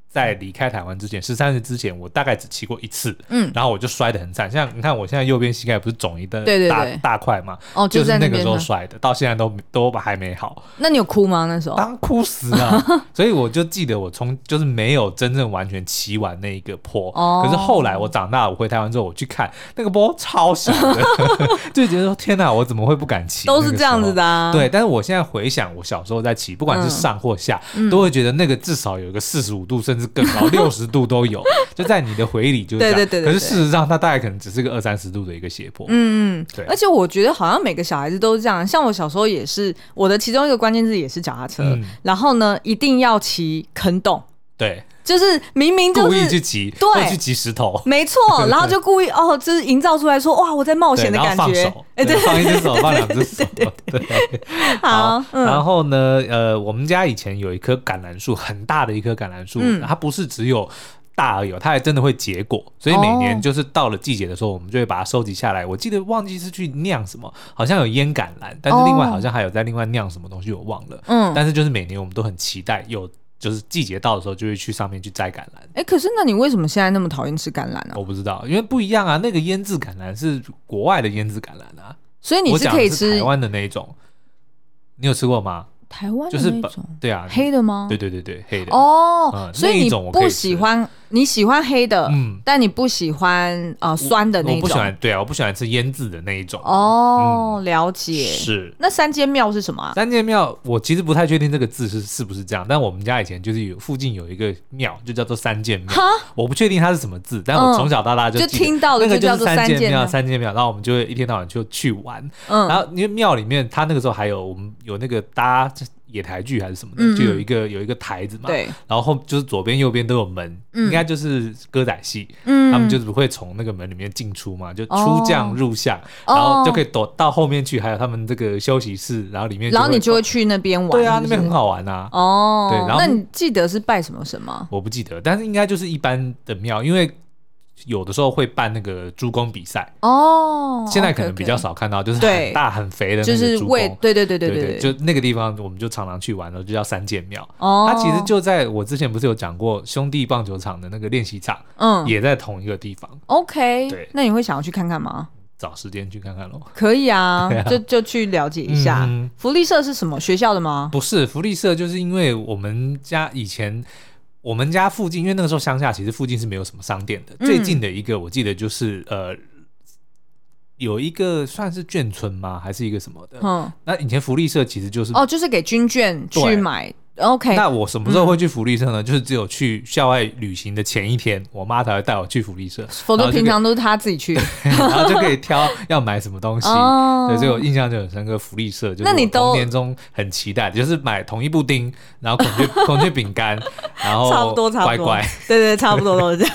Speaker 2: 在离开台湾之前，13岁之前，我大概只骑过一次，然后我就摔得很惨。像你看，我现在右边膝盖不是肿一个大块嘛？哦，就是那个时候摔的，到现在都还没好。
Speaker 1: 那你有哭吗？那时候？
Speaker 2: 当然哭死了。所以我就记得我就是没有真正完全骑完那一个坡。可是后来我长大，我回台湾之后，我去看那个坡超小的，就觉得说天哪，我怎么会不敢骑？
Speaker 1: 都是这样子的啊。
Speaker 2: 对，但是我现在回想我小时候在骑，不管是上或下，都会觉得那个至少有一个45度，甚至更高60度都有，就在你的回忆里就是这样。对。可是事实上它大概可能只是个20-30度的一个斜坡。对。
Speaker 1: 而且我觉得好像每个小孩子都是这样，像我小时候也是，我的其中一个关键字也是脚踏车，然后呢一定要骑坑洞。
Speaker 2: 对。
Speaker 1: 就是明明就是
Speaker 2: 故意去骑，
Speaker 1: 对，
Speaker 2: 或去骑石头，
Speaker 1: 没错，然后就故意就是营造出来说哇我在冒险的感觉，
Speaker 2: 对，放一只手，放2只手，对。好，然后呢，我们家以前有一棵橄榄树，很大的一棵橄榄树，它不是只有大而已，它还真的会结果，所以每年就是到了季节的时候，我们就会把它收集下来。我记得忘记是去酿什么，好像有腌橄榄，但是另外好像还有在另外酿什么东西，我忘了。但是就是每年我们都很期待就是季节到的时候就会去上面去摘橄榄。
Speaker 1: 可是那你为什么现在那么讨厌吃橄榄呢？
Speaker 2: 我不知道，因为不一样啊。那个腌制橄榄是国外的腌制橄榄啊，
Speaker 1: 所以你是可以吃
Speaker 2: 台湾的那一种。你有吃过吗？
Speaker 1: 台湾的那种，
Speaker 2: 对啊，
Speaker 1: 黑的吗？
Speaker 2: 对，黑的。
Speaker 1: 所以你不喜欢，你喜欢黑的，但你不喜欢酸的那种。
Speaker 2: 我不喜欢，对啊，我不喜欢吃腌制的那一种。
Speaker 1: 了解。
Speaker 2: 是。
Speaker 1: 那三间庙是什么啊？
Speaker 2: 三间庙，我其实不太确定这个字是不是这样，但我们家以前就是附近有一个庙，就叫做三间庙。我不确定它是什么字，但我从小到大就
Speaker 1: 听到的就叫做三间庙，
Speaker 2: 三间庙。然后我们就会一天到晚就去玩。然后因为庙里面，它那个时候还有我们有那个搭野台剧还是什么的，就有一个台子嘛，
Speaker 1: 对，
Speaker 2: 然后就是左边右边都有门，应该就是歌仔戏，他们就是会从那个门里面进出嘛，就出将入相，然后就可以躲到后面去，还有他们这个休息室，然后里面
Speaker 1: 然后你就会去那边玩，
Speaker 2: 对啊，那边很好玩啊。对，然后
Speaker 1: 那你记得是拜什么神吗？
Speaker 2: 我不记得，但是应该就是一般的庙，因为有的时候会办那个猪公比赛现在可能比较少看到，就是很大很肥的那个猪公，对，就那个地方我们就常常去玩了，就叫三间庙。它其实就在我之前不是有讲过兄弟棒球场的那个练习场，也在同一个地方。
Speaker 1: 对，那你会想要去看看吗？
Speaker 2: 找时间去看看咯。
Speaker 1: 可以啊，就去了解一下。福利社是什么？学校的吗？
Speaker 2: 不是，福利社就是因为我们家以前。我们家附近，因为那个时候乡下其实附近是没有什么商店的，最近的一个我记得就是有一个算是眷村吗？还是一个什么的？那以前福利社其实就是
Speaker 1: 就是给军眷去买。OK，
Speaker 2: 那我什么时候会去福利社呢？就是只有去校外旅行的前一天，我妈才会带我去福利社，
Speaker 1: 否则平常都是她自己去，
Speaker 2: 然后就可以挑要买什么东西。对，所以我印象就很深刻。福利社就是我童年中很期待，就是买统一布丁，然后孔雀饼干，然后
Speaker 1: 差不多
Speaker 2: 乖乖，
Speaker 1: 对，差不多都是这样。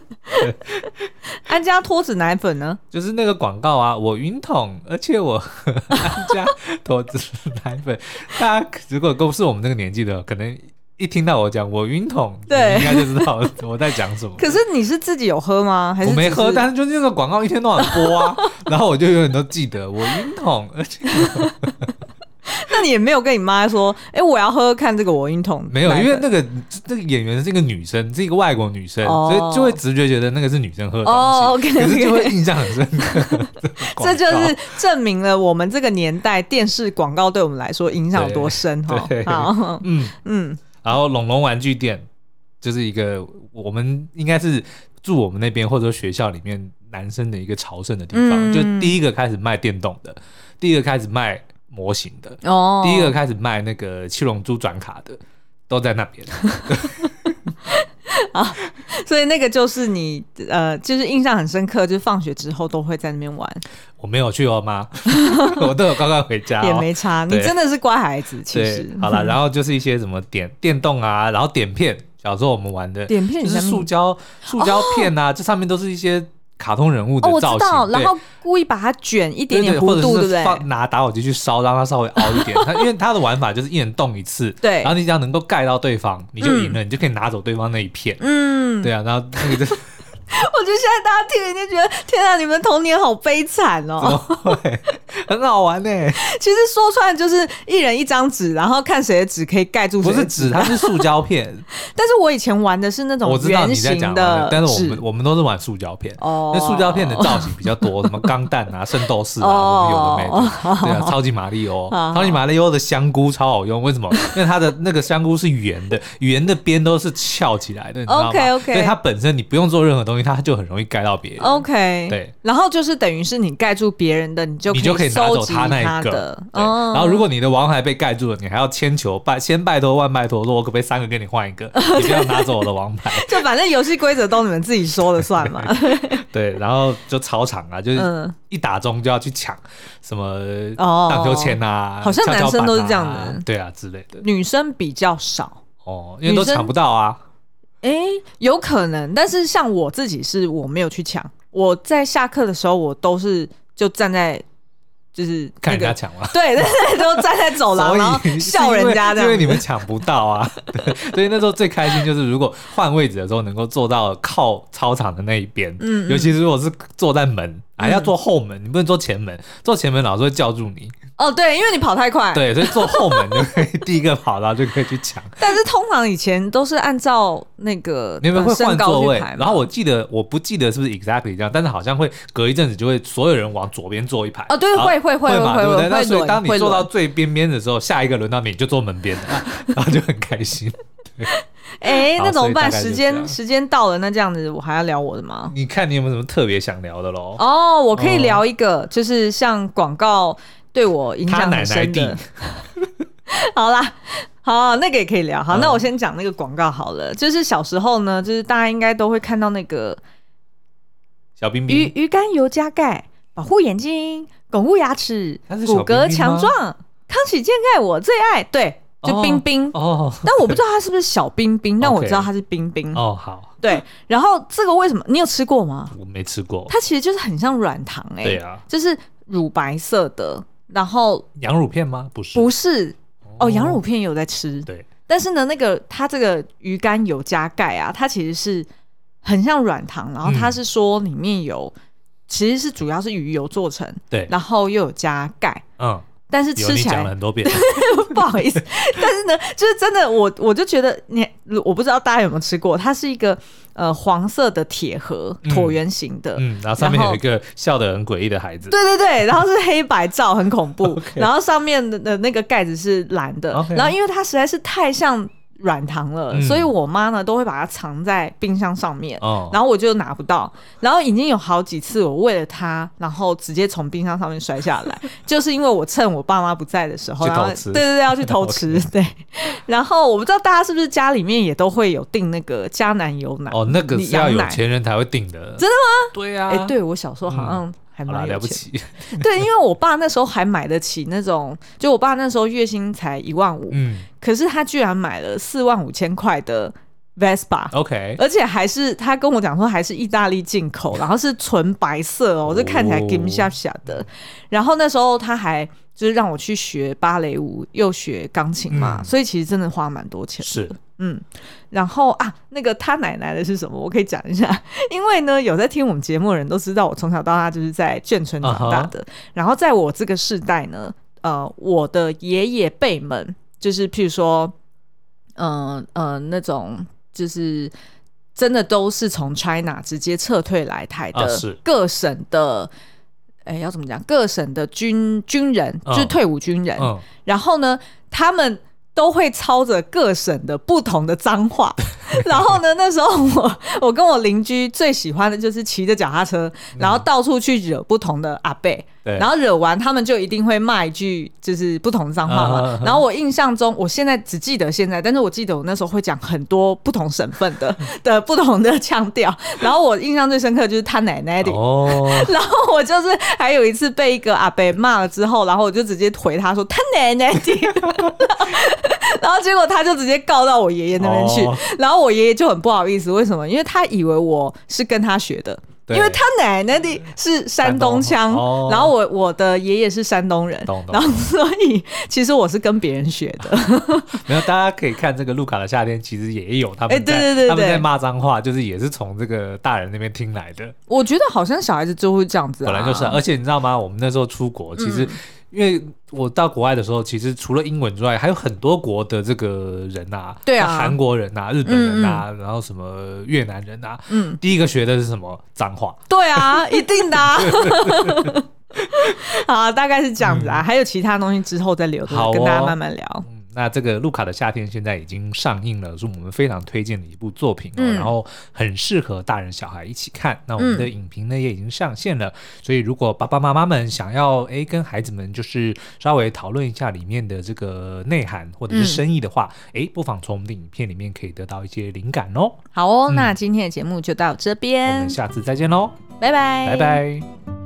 Speaker 1: 安家脱脂奶粉呢？
Speaker 2: 就是那个广告啊，我云筒，而且我安家脱脂奶粉，大家如果都是我们那个年纪的，可能一听到我讲我云筒，对，应该就知道我在讲什么。
Speaker 1: 可是你是自己有喝吗？还是
Speaker 2: 我没喝，但是就那个广告一天到晚播啊，然后我就永远都记得我云筒，而且。
Speaker 1: 那你也没有跟你妈说，我要喝看这个我晕筒？
Speaker 2: 没有，因为那个演员是一个女生，是一个外国女生，所以就会直觉觉得那个是女生喝的东西，可是就会印象很深刻。
Speaker 1: 这就是证明了我们这个年代电视广告对我们来说影响有多深哈。好，
Speaker 2: 然后龙龙玩具店就是一个我们应该是住我们那边或者说学校里面男生的一个朝圣的地方，就第一个开始卖电动的，第一个开始卖模型的，第一个开始卖那个七龙珠转卡的，都在那边。
Speaker 1: 好，所以那个就是你就是印象很深刻，就是放学之后都会在那边玩。
Speaker 2: 我没有去哦，妈，我都有乖乖回家，
Speaker 1: 也没差。你真的是乖孩子，其实。
Speaker 2: 好了，然后就是一些什么电动啊，然后点片，小时候我们玩的
Speaker 1: 点片
Speaker 2: 就是塑胶片啊，这上面都是一些。卡通人物的造型，
Speaker 1: 我知道，然后故意把它卷一点点弧度，对不对？
Speaker 2: 拿打火机去烧，让它稍微凹一点。因为它的玩法就是一人动一次，
Speaker 1: 对，
Speaker 2: 然后你只要能够盖到对方，你就赢了，你就可以拿走对方那一片。对啊，然后那个就，
Speaker 1: 我觉得现在大家听了就觉得，天啊，你们童年好悲惨哦。
Speaker 2: 怎么会？ 很好玩
Speaker 1: 其实说穿就是一人一张纸，然后看谁的纸可以盖住谁的纸。
Speaker 2: 不是纸，它是塑胶片。
Speaker 1: 但是我以前玩的是那种圆形的，
Speaker 2: 但是我们都是玩塑胶片。因为塑胶片的造型比较多，什么钢弹啊、圣斗士啊，什么有的没的。对啊，超级马里欧，超级马里欧的香菇超好用，为什么？因为它的那个香菇是圆的，圆的边都是翘起来的，你知道吗？
Speaker 1: OK，
Speaker 2: 所以它本身你不用做任何东西，它就很容易盖到别人。
Speaker 1: OK，
Speaker 2: 对。
Speaker 1: 然后就是等于是你盖住别人的，你就可以
Speaker 2: 拿走他那一个。对。然后如果你的王牌被盖住了，你还要千求先拜托万拜托，说我可不可以3个跟你换一个？你不要拿走我的王牌。
Speaker 1: 就反正游戏规则都你们自己说了算嘛。
Speaker 2: 对，然后就操场啊，就是一打钟就要去抢什么荡秋千啊，
Speaker 1: 好像男生都是这样的，
Speaker 2: 对啊之类的。
Speaker 1: 女生比较少
Speaker 2: 因为都抢不到啊。
Speaker 1: 有可能，但是像我自己是我没有去抢，我在下课的时候我都是就站在。就是
Speaker 2: 看人家抢嘛，
Speaker 1: 对，都站在走廊，然后笑人家这样，
Speaker 2: 因为你们抢不到啊。对，所以那时候最开心就是如果换位置的时候能够坐到靠操场的那一边，尤其是如果是坐在门，还要坐后门，你不能坐前门，坐前门老师会叫住你。
Speaker 1: 对，因为你跑太快，
Speaker 2: 对，所以坐后门就可以第一个跑，然后就可以去抢。
Speaker 1: 但是通常以前都是按照那个
Speaker 2: 你们会换座位，然后我不记得是不是 exactly 这样，但是好像会隔一阵子就会所有人往左边坐一排。
Speaker 1: 对，会嘛，
Speaker 2: 对不对？那所以当你坐到最边边的时候，下一个轮到你就坐门边然后就很开心。
Speaker 1: 那怎么办？时间到了，那这样子我还要聊我的吗？
Speaker 2: 你看你有没有什么特别想聊的咯？
Speaker 1: 我可以聊一个，就是像广告对我影响很深的。好啦，好，那个也可以聊。好，那我先讲那个广告好了。就是小时候呢，就是大家应该都会看到那个
Speaker 2: 小冰冰
Speaker 1: 鱼肝油加钙，保护眼睛，巩固牙齿，骨骼强壮，康熙健钙我最爱。对。就冰冰但我不知道它是不是小冰冰，但我知道它是冰冰。
Speaker 2: 好，
Speaker 1: 对。然后这个为什么你有吃过吗？
Speaker 2: 我没吃过。
Speaker 1: 它其实就是很像软糖
Speaker 2: 对啊，
Speaker 1: 就是乳白色的，然后
Speaker 2: 羊乳片吗？不是
Speaker 1: 羊乳片也有在吃。
Speaker 2: 对。
Speaker 1: 但是呢，它这个鱼肝油加钙啊，它其实是很像软糖，然后它是说里面有其实是主要是鱼油做成，
Speaker 2: 对，
Speaker 1: 然后又有加钙。但是吃起来
Speaker 2: 讲了很多遍
Speaker 1: 不好意思，但是呢就是真的我就觉得我不知道大家有没有吃过，它是一个黄色的铁盒，椭圆形的，
Speaker 2: 然后上面有一个笑得很诡异的孩子，
Speaker 1: 对，然后是黑白照，很恐怖然后上面的那个盖子是蓝的然后因为它实在是太像软糖了，所以我妈呢都会把它藏在冰箱上面然后我就拿不到，然后已经有好几次我为了它然后直接从冰箱上面摔下来就是因为我趁我爸妈不在的时候
Speaker 2: 去偷吃，
Speaker 1: 对要去偷吃对，然后我不知道大家是不是家里面也都会有订那个迦南油奶
Speaker 2: 那个是要有钱人才会订的。
Speaker 1: 真的吗？
Speaker 2: 对啊
Speaker 1: 对，我小时候好像还蛮有钱，
Speaker 2: 了不起
Speaker 1: 对，因为我爸那时候还买得起那种，就我爸那时候月薪才15000可是他居然买了45000块的 Vespa
Speaker 2: OK，
Speaker 1: 而且还是他跟我讲说还是意大利进口然后是纯白色就看起来金闪闪的然后那时候他还就是让我去学芭蕾舞又学钢琴嘛所以其实真的花蛮多钱的
Speaker 2: 是
Speaker 1: 然后那个他奶奶的是什么我可以讲一下，因为呢有在听我们节目的人都知道我从小到大就是在眷村长大的然后在我这个世代呢我的爷爷辈们就是譬如说那种就是真的都是从 China 直接撤退来台的各省的要怎么讲各省的军人就是退伍军人然后呢他们都会操着各省的不同的脏话然后呢那时候我跟我邻居最喜欢的就是骑着脚踏车然后到处去惹不同的阿伯然后惹完他们就一定会骂一句就是不同的脏话嘛然后我印象中我现在只记得现在但是我记得我那时候会讲很多不同省份的不同的腔调然后我印象最深刻就是他奶奶的然后我就是还有一次被一个阿伯骂了之后然后我就直接回他说他奶奶的然后结果他就直接告到我爷爷那边去然后我爷爷就很不好意思为什么因为他以为我是跟他学的因为他奶奶的是山东腔，然后我的爷爷是山东人，然后所以其实我是跟别人学的。
Speaker 2: 没有，大家可以看这个路卡的夏天，其实也有他们在他们在骂脏话，就是也是从这个大人那边听来的。
Speaker 1: 我觉得好像小孩子就会这样子
Speaker 2: 本来就是，而且你知道吗？我们那时候出国，其实因为我到国外的时候，其实除了英文之外，还有很多国的这个人啊，
Speaker 1: 对啊，
Speaker 2: 韩国人啊、日本人啊，然后什么越南人啊，第一个学的是什么？脏话。
Speaker 1: 对啊，一定的啊。好，大概是这样子啊，还有其他东西之后再聊，跟大家慢慢聊。
Speaker 2: 那这个路卡的夏天现在已经上映了，是我们非常推荐的一部作品然后很适合大人小孩一起看。那我们的影评呢也已经上线了，所以如果爸爸妈妈们想要跟孩子们就是稍微讨论一下里面的这个内涵或者是深意的话，不妨从我们的影片里面可以得到一些灵感哦。
Speaker 1: 好哦，那今天的节目就到这边，
Speaker 2: 我们下次再见喽，
Speaker 1: 拜拜，
Speaker 2: 拜拜。